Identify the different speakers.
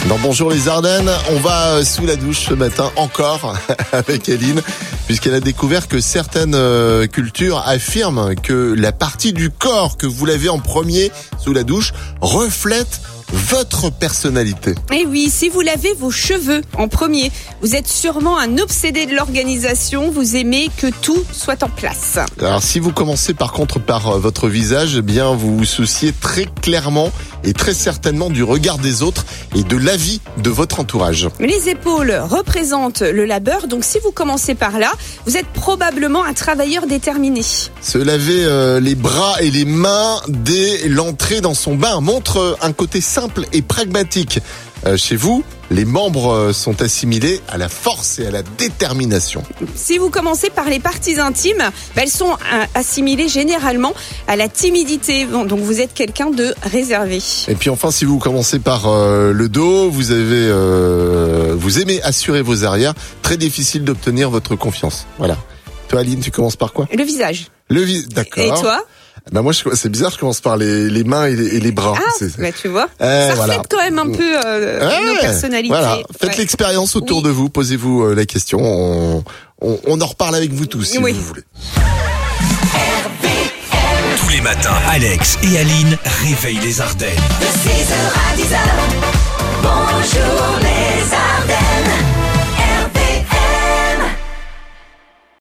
Speaker 1: Dans Bonjour les Ardennes, on va sous la douche ce matin encore avec Aline, puisqu'elle a découvert que certaines cultures affirment que la partie du corps que vous lavez en premier sous la douche reflète votre personnalité.
Speaker 2: Et oui, si vous lavez vos cheveux en premier, vous êtes sûrement un obsédé de l'organisation, vous aimez que tout soit en place.
Speaker 1: Alors si vous commencez par contre par votre visage, eh bien vous vous souciez très clairement et très certainement du regard des autres et de l'avis de votre entourage.
Speaker 2: Les épaules représentent le labeur, donc si vous commencez par là, vous êtes probablement un travailleur déterminé.
Speaker 1: Se laver les bras et les mains dès l'entrée dans son bain montre un côté simple et pragmatique. Chez vous, les membres sont assimilés à la force et à la détermination.
Speaker 2: Si vous commencez par les parties intimes, elles sont assimilées généralement à la timidité. Donc vous êtes quelqu'un de réservé.
Speaker 1: Et puis enfin, si vous commencez par le dos, vous aimez assurer vos arrières. Très difficile d'obtenir votre confiance. Voilà. Toi, Aline, tu commences par quoi ?
Speaker 2: Le visage.
Speaker 1: D'accord.
Speaker 2: Et toi ?
Speaker 1: Ben moi, c'est bizarre, je commence par les mains et les bras.
Speaker 2: Tu vois, ça
Speaker 1: voilà.
Speaker 2: reflète quand même un peu nos personnalités.
Speaker 1: Voilà. Faites l'expérience autour de vous, posez-vous la question. On en reparle avec vous tous si vous voulez.
Speaker 3: Tous les matins, Alex et Aline réveillent les Ardennes.
Speaker 4: De 6h à 10h, bonjour les Ardennes.